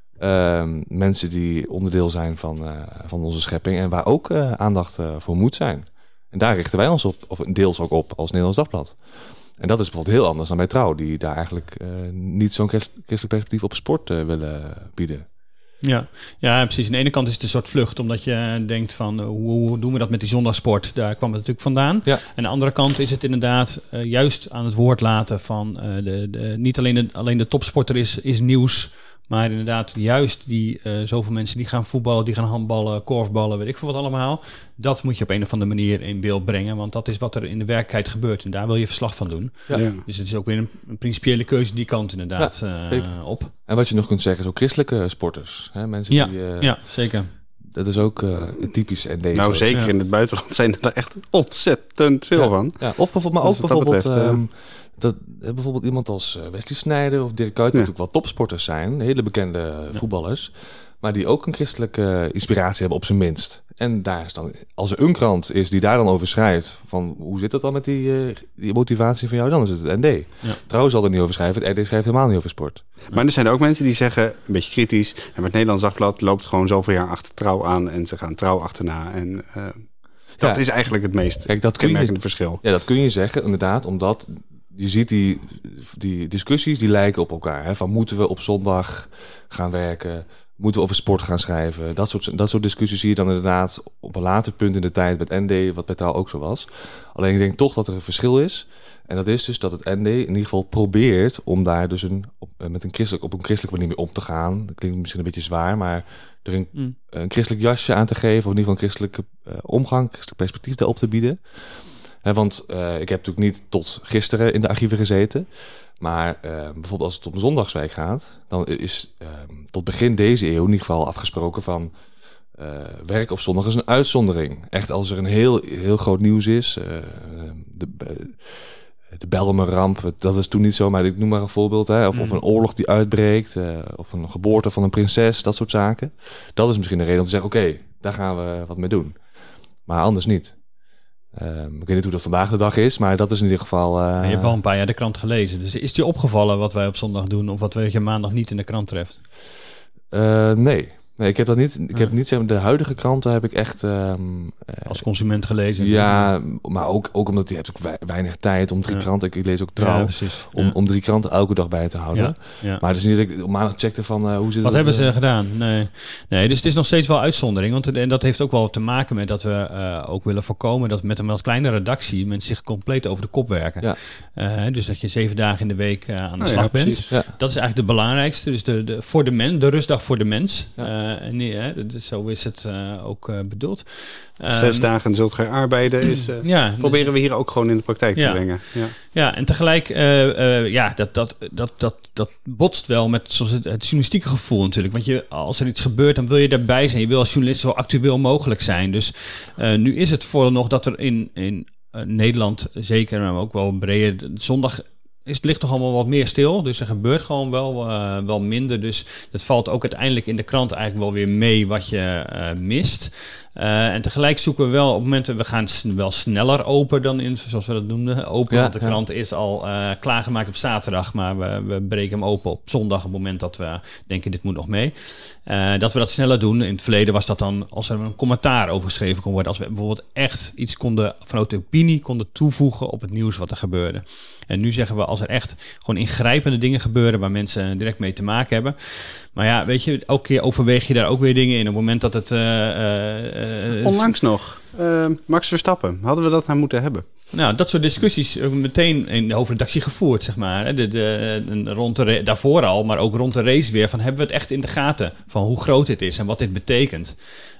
mensen die onderdeel zijn van onze schepping en waar ook aandacht voor moet zijn. En daar richten wij ons op, of deels ook op als Nederlands Dagblad. En dat is bijvoorbeeld heel anders dan bij Trouw, die daar eigenlijk niet zo'n christelijk perspectief op sport willen bieden. Ja, precies. Aan de ene kant is het een soort vlucht, omdat je denkt van hoe doen we dat met die zondagsport? Daar kwam het natuurlijk vandaan. Ja. En aan de andere kant is het inderdaad juist aan het woord laten van niet alleen de topsporter is nieuws, Maar inderdaad, juist die zoveel mensen die gaan voetballen, die gaan handballen, korfballen, weet ik veel wat allemaal. Dat moet je op een of andere manier in beeld brengen. Want dat is wat er in de werkelijkheid gebeurt. En daar wil je verslag van doen. Ja. Dus het is ook weer een principiële keuze die kant inderdaad op. En wat je nog kunt zeggen is ook christelijke sporters. Hè? Mensen die, zeker. Dat is ook typisch ND. Nou, zeker in het buitenland zijn er echt ontzettend veel van. Ja. Of bijvoorbeeld iemand als Wesley Sneijder of Dirk Kuyt, die natuurlijk wel topsporters zijn, hele bekende voetballers, maar die ook een christelijke inspiratie hebben op zijn minst. En daar is dan, als er een krant is die daar dan over schrijft, van hoe zit dat dan met die motivatie van jou, dan is het ND. Ja. Trouwens zal er niet over schrijven, het ND schrijft helemaal niet over sport. Maar er zijn er ook mensen die zeggen, een beetje kritisch, en het Nederlands Dagblad loopt gewoon zoveel jaar achter Trouw aan en ze gaan Trouw achterna. En dat is eigenlijk het meest kenmerkende verschil. Ja, dat kun je zeggen, inderdaad, omdat je ziet die discussies die lijken op elkaar. Hè? Van moeten we op zondag gaan werken? Moeten we over sport gaan schrijven? Dat soort discussies zie je dan inderdaad op een later punt in de tijd met ND, wat bij Trouw ook zo was. Alleen ik denk toch dat er een verschil is. En dat is dus dat het ND in ieder geval probeert om daar dus op een christelijke manier mee om te gaan. Dat klinkt misschien een beetje zwaar, maar er een christelijk jasje aan te geven, of in ieder geval een christelijke omgang, christelijk perspectief daarop te bieden. Want ik heb natuurlijk niet tot gisteren in de archieven gezeten. Maar bijvoorbeeld als het om zondagsweek gaat, dan is tot begin deze eeuw in ieder geval afgesproken van werk op zondag is een uitzondering. Echt als er een heel groot nieuws is. De Bijlmerramp, dat is toen niet zo, maar ik noem maar een voorbeeld. Hè? Of een oorlog die uitbreekt, of een geboorte van een prinses, dat soort zaken. Dat is misschien een reden om te zeggen, oké, daar gaan we wat mee doen. Maar anders niet. Ik weet niet hoe dat vandaag de dag is, maar dat is in ieder geval... Je hebt wel een paar jaar de krant gelezen. Dus is het je opgevallen wat wij op zondag doen of wat je maandag niet in de krant treft? Nee, ik heb dat niet. Ik heb niet, zeg maar, de huidige kranten heb ik echt... als consument gelezen? Ja, maar ook omdat je hebt ook weinig tijd om 3 kranten... Ik lees ook Trouw, om 3 kranten elke dag bij te houden. Ja. Maar dus niet dat ik op maandag checkte van hoe zit het... Wat hebben ze gedaan? Nee, dus het is nog steeds wel uitzondering. En dat heeft ook wel te maken met dat we ook willen voorkomen... dat met een wat kleine redactie mensen zich compleet over de kop werken. Ja. Dus dat je 7 dagen in de week aan de slag bent. Ja. Dat is eigenlijk de belangrijkste. Dus de rustdag voor de mens... Ja. Zo is het ook bedoeld. 6 dagen zult gij arbeiden proberen we hier ook gewoon in de praktijk te brengen. Ja, en tegelijk dat botst wel met zoals het journalistieke gevoel natuurlijk. Want als er iets gebeurt, dan wil je daarbij zijn. Je wil als journalist zo actueel mogelijk zijn. Dus nu is het vooral nog dat er in Nederland, zeker, maar ook wel breder, zondag... Het ligt toch allemaal wat meer stil. Dus er gebeurt gewoon wel minder. Dus het valt ook uiteindelijk in de krant eigenlijk wel weer mee wat je mist. En tegelijk zoeken we wel op momenten... We gaan wel sneller open dan zoals we dat noemden. Want de krant is al klaargemaakt op zaterdag. Maar we breken hem open op zondag. Op het moment dat we denken, dit moet nog mee. Dat we dat sneller doen. In het verleden was dat dan als er een commentaar over geschreven kon worden. Als we bijvoorbeeld echt iets vanuit de opinie konden toevoegen op het nieuws wat er gebeurde. En nu zeggen we, als er echt gewoon ingrijpende dingen gebeuren... waar mensen direct mee te maken hebben... Maar ja, weet je, elke keer overweeg je daar ook weer dingen in. Op het moment dat het... Onlangs nog. Max Verstappen. Hadden we dat nou moeten hebben? Nou, dat soort discussies meteen in de hoofdredactie gevoerd, zeg maar. Daarvoor al, maar ook rond de race weer. Van, hebben we het echt in de gaten van hoe groot dit is en wat dit betekent?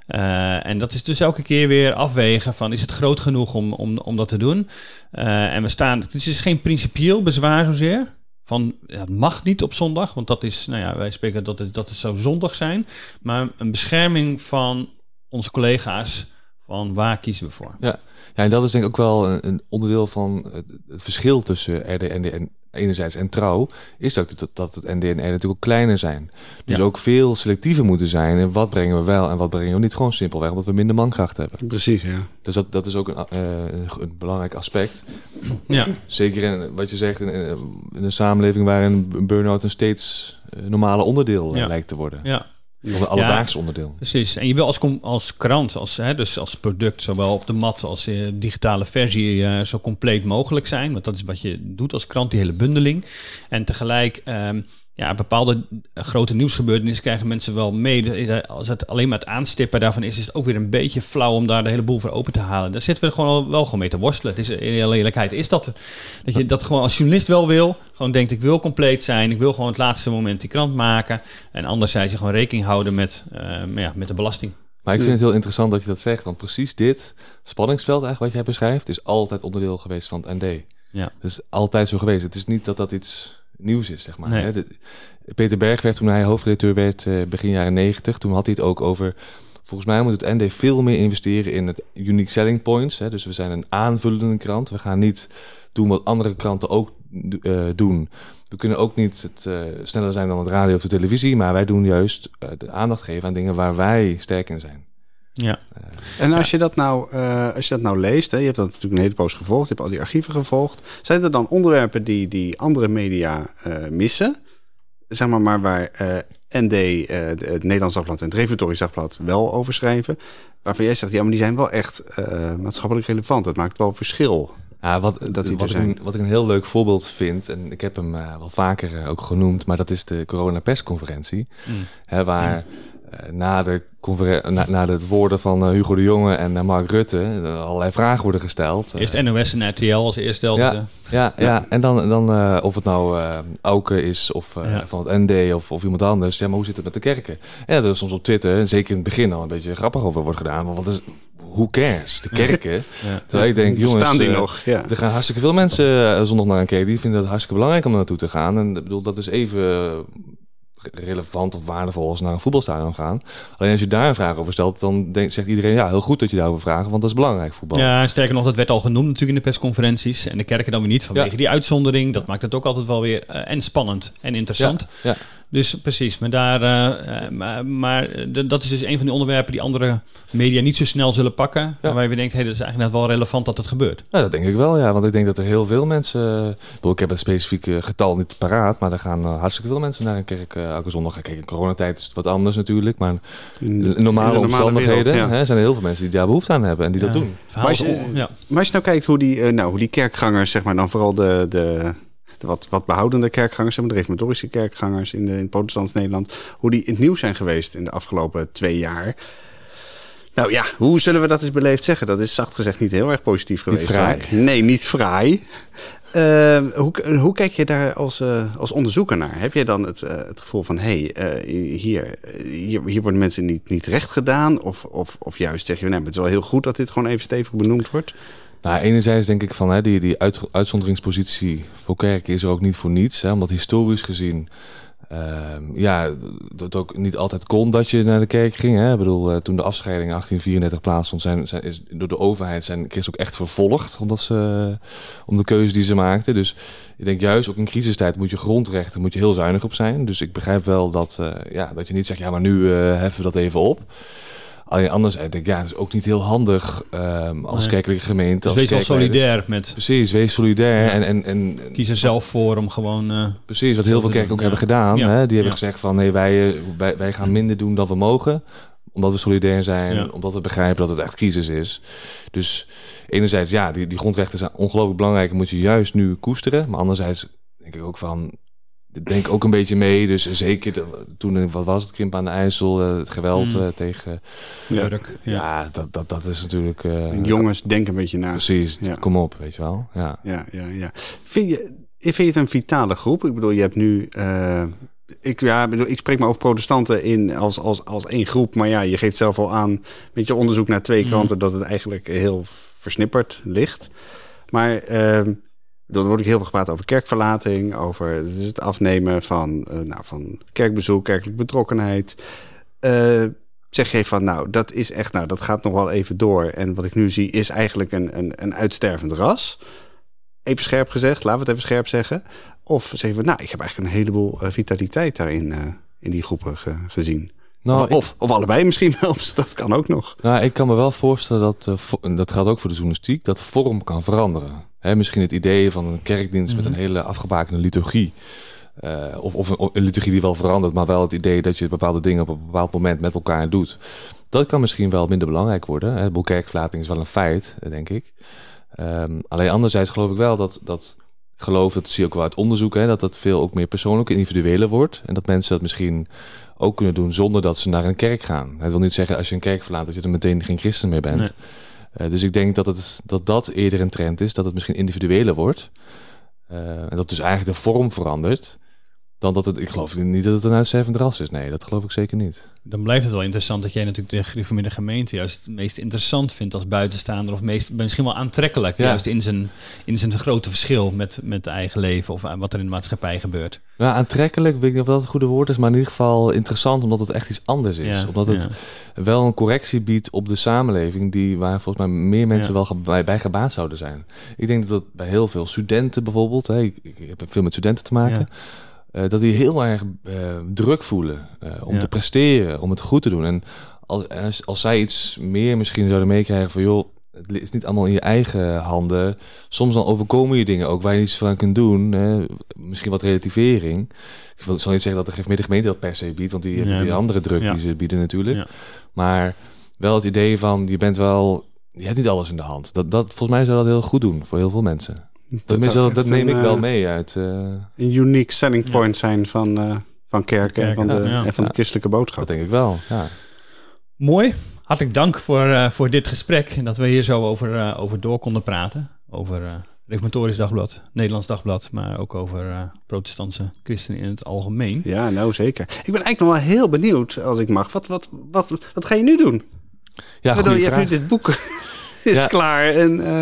En dat is dus elke keer weer afwegen van, is het groot genoeg om dat te doen? En het is geen principieel bezwaar zozeer. Van, het mag niet op zondag, want dat is, wij spreken dat het zou zondag zijn. Maar een bescherming van onze collega's, van waar kiezen we voor? Ja, en dat is denk ik ook wel een onderdeel van het verschil tussen RD enerzijds en Trouw, is dat het ND en natuurlijk ook kleiner zijn. Dus ook veel selectiever moeten zijn. En wat brengen we wel en wat brengen we niet? Gewoon simpelweg omdat we minder mankracht hebben. Precies, ja. Dus dat is ook een belangrijk aspect. Ja. Zeker in wat je zegt, in een samenleving waarin een burn-out een steeds normale onderdeel lijkt te worden. Ja. Of een alledaags onderdeel. Precies. En je wil als krant, dus als product, zowel op de mat als digitale versie, zo compleet mogelijk zijn. Want dat is wat je doet als krant, die hele bundeling. En tegelijk bepaalde grote nieuwsgebeurtenissen krijgen mensen wel mee. Als het alleen maar het aanstippen daarvan is het ook weer een beetje flauw om daar de hele boel voor open te halen. Daar zitten we wel gewoon mee te worstelen. Het is in alle eerlijkheid is dat je dat gewoon als journalist wel wil. Gewoon denkt, ik wil compleet zijn. Ik wil gewoon het laatste moment die krant maken. En anderzijds je gewoon rekening houden met de belasting. Maar ik vind het heel interessant dat je dat zegt. Want precies dit spanningsveld eigenlijk wat jij beschrijft is altijd onderdeel geweest van het ND. Ja. Het is altijd zo geweest. Het is niet dat dat iets nieuws is, zeg maar. Nee. Hè? Peter Bergweg, toen hij hoofdredacteur werd begin jaren 90, toen had hij het ook over... Volgens mij moet het ND veel meer investeren in het unique selling points. Hè? Dus we zijn een aanvullende krant. We gaan niet doen wat andere kranten ook doen. We kunnen ook niet sneller zijn dan het radio of de televisie, maar wij doen juist de aandacht geven aan dingen waar wij sterk in zijn. Ja. En als je dat nou leest, hè, je hebt dat natuurlijk een hele poos gevolgd, je hebt al die archieven gevolgd. Zijn er dan onderwerpen die andere media missen? Zeg maar waar ND, het Nederlands Dagblad en het Reformatorisch Dagblad wel over schrijven. Waarvan jij zegt, ja, maar die zijn wel echt maatschappelijk relevant. Het maakt wel verschil. Ja, wat ik een heel leuk voorbeeld vind, en ik heb hem wel vaker ook genoemd, maar dat is de coronapersconferentie. Hè, waar na de woorden van Hugo de Jonge en Mark Rutte allerlei vragen worden gesteld. Eerst NOS en RTL als eerste. Ja. En dan of het nou Auke is of van het ND of iemand anders. Ja, maar hoe zit het met de kerken? En dat er soms op Twitter, zeker in het begin al een beetje grappig over wordt gedaan. Maar wat is... Who cares? De kerken. Terwijl ik denk, jongens, staan die nog? Ja. Er gaan hartstikke veel mensen zondag naar een kerk. Die vinden het hartstikke belangrijk om naartoe te gaan. En ik bedoel, dat is even relevant of waardevol als naar een voetbalstadion gaan. Alleen als je daar een vraag over stelt, dan zegt iedereen, ja, heel goed dat je daarover vraagt, want dat is belangrijk, voetbal. Ja, sterker nog, dat werd al genoemd natuurlijk in de persconferenties. En de kerken dan weer niet, vanwege die uitzondering. Dat maakt het ook altijd wel weer en spannend en interessant. Ja. Dus precies, maar dat is dus een van de onderwerpen die andere media niet zo snel zullen pakken. Ja. Waar je denkt, dat is eigenlijk net wel relevant dat het gebeurt. Ja, dat denk ik wel, ja. Want ik denk dat er heel veel mensen... Ik heb het specifieke getal niet paraat, maar er gaan hartstikke veel mensen naar een kerk elke zondag. Kijk, in coronatijd is het wat anders natuurlijk, maar in normale omstandigheden wereld, zijn er heel veel mensen die daar behoefte aan hebben en die dat doen. Maar als je nou kijkt hoe die kerkgangers, zeg maar, dan vooral de wat behoudende kerkgangers, de reformatorische kerkgangers in protestants Nederland, hoe die in het nieuws zijn geweest in de afgelopen 2 jaar. Nou ja, hoe zullen we dat eens beleefd zeggen? Dat is zacht gezegd niet heel erg positief geweest. Niet fraai. Nee, niet fraai. Hoe kijk je daar als onderzoeker naar? Heb jij dan het gevoel van, hier worden mensen niet recht gedaan? Of juist zeg je, nee, het is wel heel goed dat dit gewoon even stevig benoemd wordt? Nou, enerzijds denk ik van die uitzonderingspositie voor kerken is er ook niet voor niets. Hè, omdat historisch gezien dat ook niet altijd kon dat je naar de kerk ging. Hè. Ik bedoel, toen de afscheiding in 1834 plaatsvond, is door de overheid kreeg ze ook echt vervolgd om de keuze die ze maakten. Dus ik denk juist ook in crisistijd moet je grondrechten moet je heel zuinig op zijn. Dus ik begrijp wel dat je niet zegt, ja, maar nu heffen we dat even op. Alleen anderzijds denk ik, het is ook niet heel handig als kerkelijke gemeente. Dus wees wel solidair met... Precies, wees solidair. En kies er zelf voor om gewoon... precies, wat heel veel kerken ook hebben gedaan. Ja. Hè? Die hebben gezegd van, nee, wij gaan minder doen dan we mogen. Omdat we solidair zijn, omdat we begrijpen dat het echt crisis is. Dus enerzijds, die grondrechten zijn ongelooflijk belangrijk en moet je juist nu koesteren. Maar anderzijds denk ik ook van... Denk ook een beetje mee, dus zeker toen, wat was het, Krimp aan de IJssel, het geweld tegen... Dat is natuurlijk... jongens, denk een beetje na. Precies, kom op, weet je wel. Ja. Vind je het een vitale groep? Ik bedoel, je hebt nu... ik spreek maar over protestanten als één groep, maar je geeft zelf al aan met je onderzoek naar 2 kranten dat het eigenlijk heel versnipperd ligt. Maar... Er wordt ook heel veel gepraat over kerkverlating, over het afnemen van kerkbezoek, kerkelijke betrokkenheid. Zeg je van, dat is echt, dat gaat nog wel even door. En wat ik nu zie is eigenlijk een uitstervend ras. Even scherp gezegd, laten we het even scherp zeggen. Of zeggen we, ik heb eigenlijk een heleboel vitaliteit daarin in die groepen gezien. Of allebei misschien wel, dat kan ook nog. Nou, ik kan me wel voorstellen dat geldt ook voor de journalistiek, dat de vorm kan veranderen. Misschien het idee van een kerkdienst met een hele afgebakende liturgie. Of een liturgie die wel verandert, maar wel het idee dat je bepaalde dingen op een bepaald moment met elkaar doet. Dat kan misschien wel minder belangrijk worden. Kerkverlating is wel een feit, denk ik. Alleen anderzijds geloof ik wel dat Ik geloof, dat zie je ook wel uit onderzoek, hè, dat veel ook meer persoonlijk individueler wordt. En dat mensen dat misschien ook kunnen doen zonder dat ze naar een kerk gaan. Het wil niet zeggen als je een kerk verlaat dat je er meteen geen christen meer bent. Nee. Dus ik denk dat eerder een trend is, dat het misschien individueler wordt. En dat dus eigenlijk de vorm verandert. Dan dat ik geloof niet dat het een uitstervend ras is. Nee, dat geloof ik zeker niet. Dan blijft het wel interessant dat jij natuurlijk de gereformeerde gemeente juist het meest interessant vindt als buitenstaander. Of misschien wel aantrekkelijk. Ja. Juist in zijn grote verschil met het eigen leven of wat er in de maatschappij gebeurt. Ja, aantrekkelijk, weet ik niet of dat het goede woord is. Maar in ieder geval interessant omdat het echt iets anders is. Ja, omdat het wel een correctie biedt op de samenleving waar volgens mij meer mensen wel bij gebaat zouden zijn. Ik denk dat bij heel veel studenten bijvoorbeeld. Ik heb veel met studenten te maken. Ja. Dat die heel erg druk voelen om te presteren, om het goed te doen. En als zij iets meer misschien zouden meekrijgen van joh, het is niet allemaal in je eigen handen. Soms dan overkomen je dingen ook waar je niets van kunt doen. Misschien wat relativering. Ik zal niet zeggen dat de gereformeerde gemeente dat per se biedt, want die hebben die andere druk die ze bieden natuurlijk. Ja. Maar wel het idee van je hebt niet alles in de hand. Dat volgens mij zou dat heel goed doen voor heel veel mensen. Dat neem ik wel mee uit. Een unique selling point zijn van kerken en van de christelijke boodschap. Dat denk ik wel, ja. Mooi. Hartelijk dank voor dit gesprek. En dat we hier zo over door konden praten. Over Reformatorisch Dagblad, Nederlands Dagblad. Maar ook over protestantse christenen in het algemeen. Ja, nou zeker. Ik ben eigenlijk nog wel heel benieuwd, als ik mag. Wat ga je nu doen? Ja, je hebt nu dit boek... is klaar.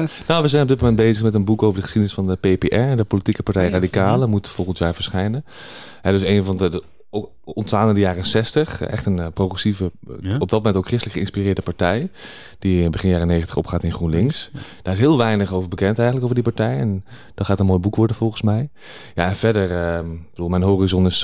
We zijn op dit moment bezig met een boek over de geschiedenis van de PPR, de politieke partij Radicalen. Moet volgend jaar verschijnen. Dus een van de ontstaan in de jaren 60. Echt een progressieve, op dat moment ook christelijk geïnspireerde partij. Die in begin jaren 90 opgaat in GroenLinks. Daar is heel weinig over bekend eigenlijk, over die partij. En dat gaat een mooi boek worden volgens mij. Ja, en verder, mijn horizon is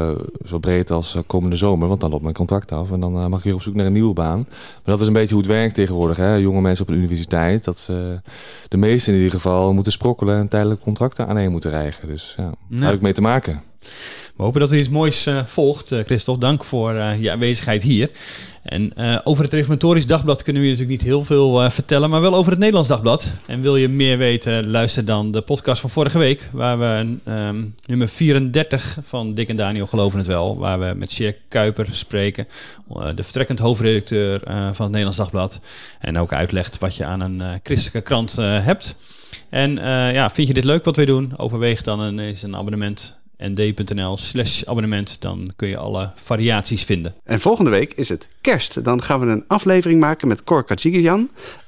zo breed als komende zomer. Want dan loopt mijn contract af. En dan mag ik weer op zoek naar een nieuwe baan. Maar dat is een beetje hoe het werkt tegenwoordig. Hè? Jonge mensen op een universiteit. Dat de meesten in ieder geval moeten sprokkelen en tijdelijk contracten aan moeten rijgen. Dus daar heb ik mee te maken. We hopen dat u iets moois volgt, Christophe. Dank voor je aanwezigheid hier. En over het Reformatorisch Dagblad kunnen we je natuurlijk niet heel veel vertellen, maar wel over het Nederlands Dagblad. En wil je meer weten, luister dan de podcast van vorige week, waar we nummer 34 van Dick en Daniel Geloven het Wel, waar we met Sjerk Kuiper spreken, de vertrekkend hoofdredacteur van het Nederlands Dagblad. En ook uitlegt wat je aan een christelijke krant hebt. En vind je dit leuk wat wij doen? Overweeg dan eens een abonnement. nd.nl/abonnement, dan kun je alle variaties vinden. En volgende week is het kerst. Dan gaan we een aflevering maken met Cor Kajigian,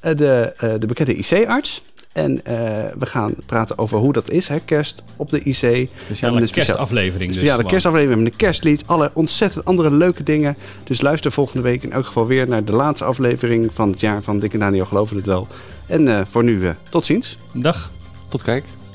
de bekende IC-arts. En we gaan praten over hoe dat is, kerst op de IC. Speciale kerstaflevering. De kerstaflevering met een kerstlied. Alle ontzettend andere leuke dingen. Dus luister volgende week in elk geval weer naar de laatste aflevering van het jaar van Dick en Daniel Geloven het Wel. En voor nu, tot ziens. Dag. Tot kijk.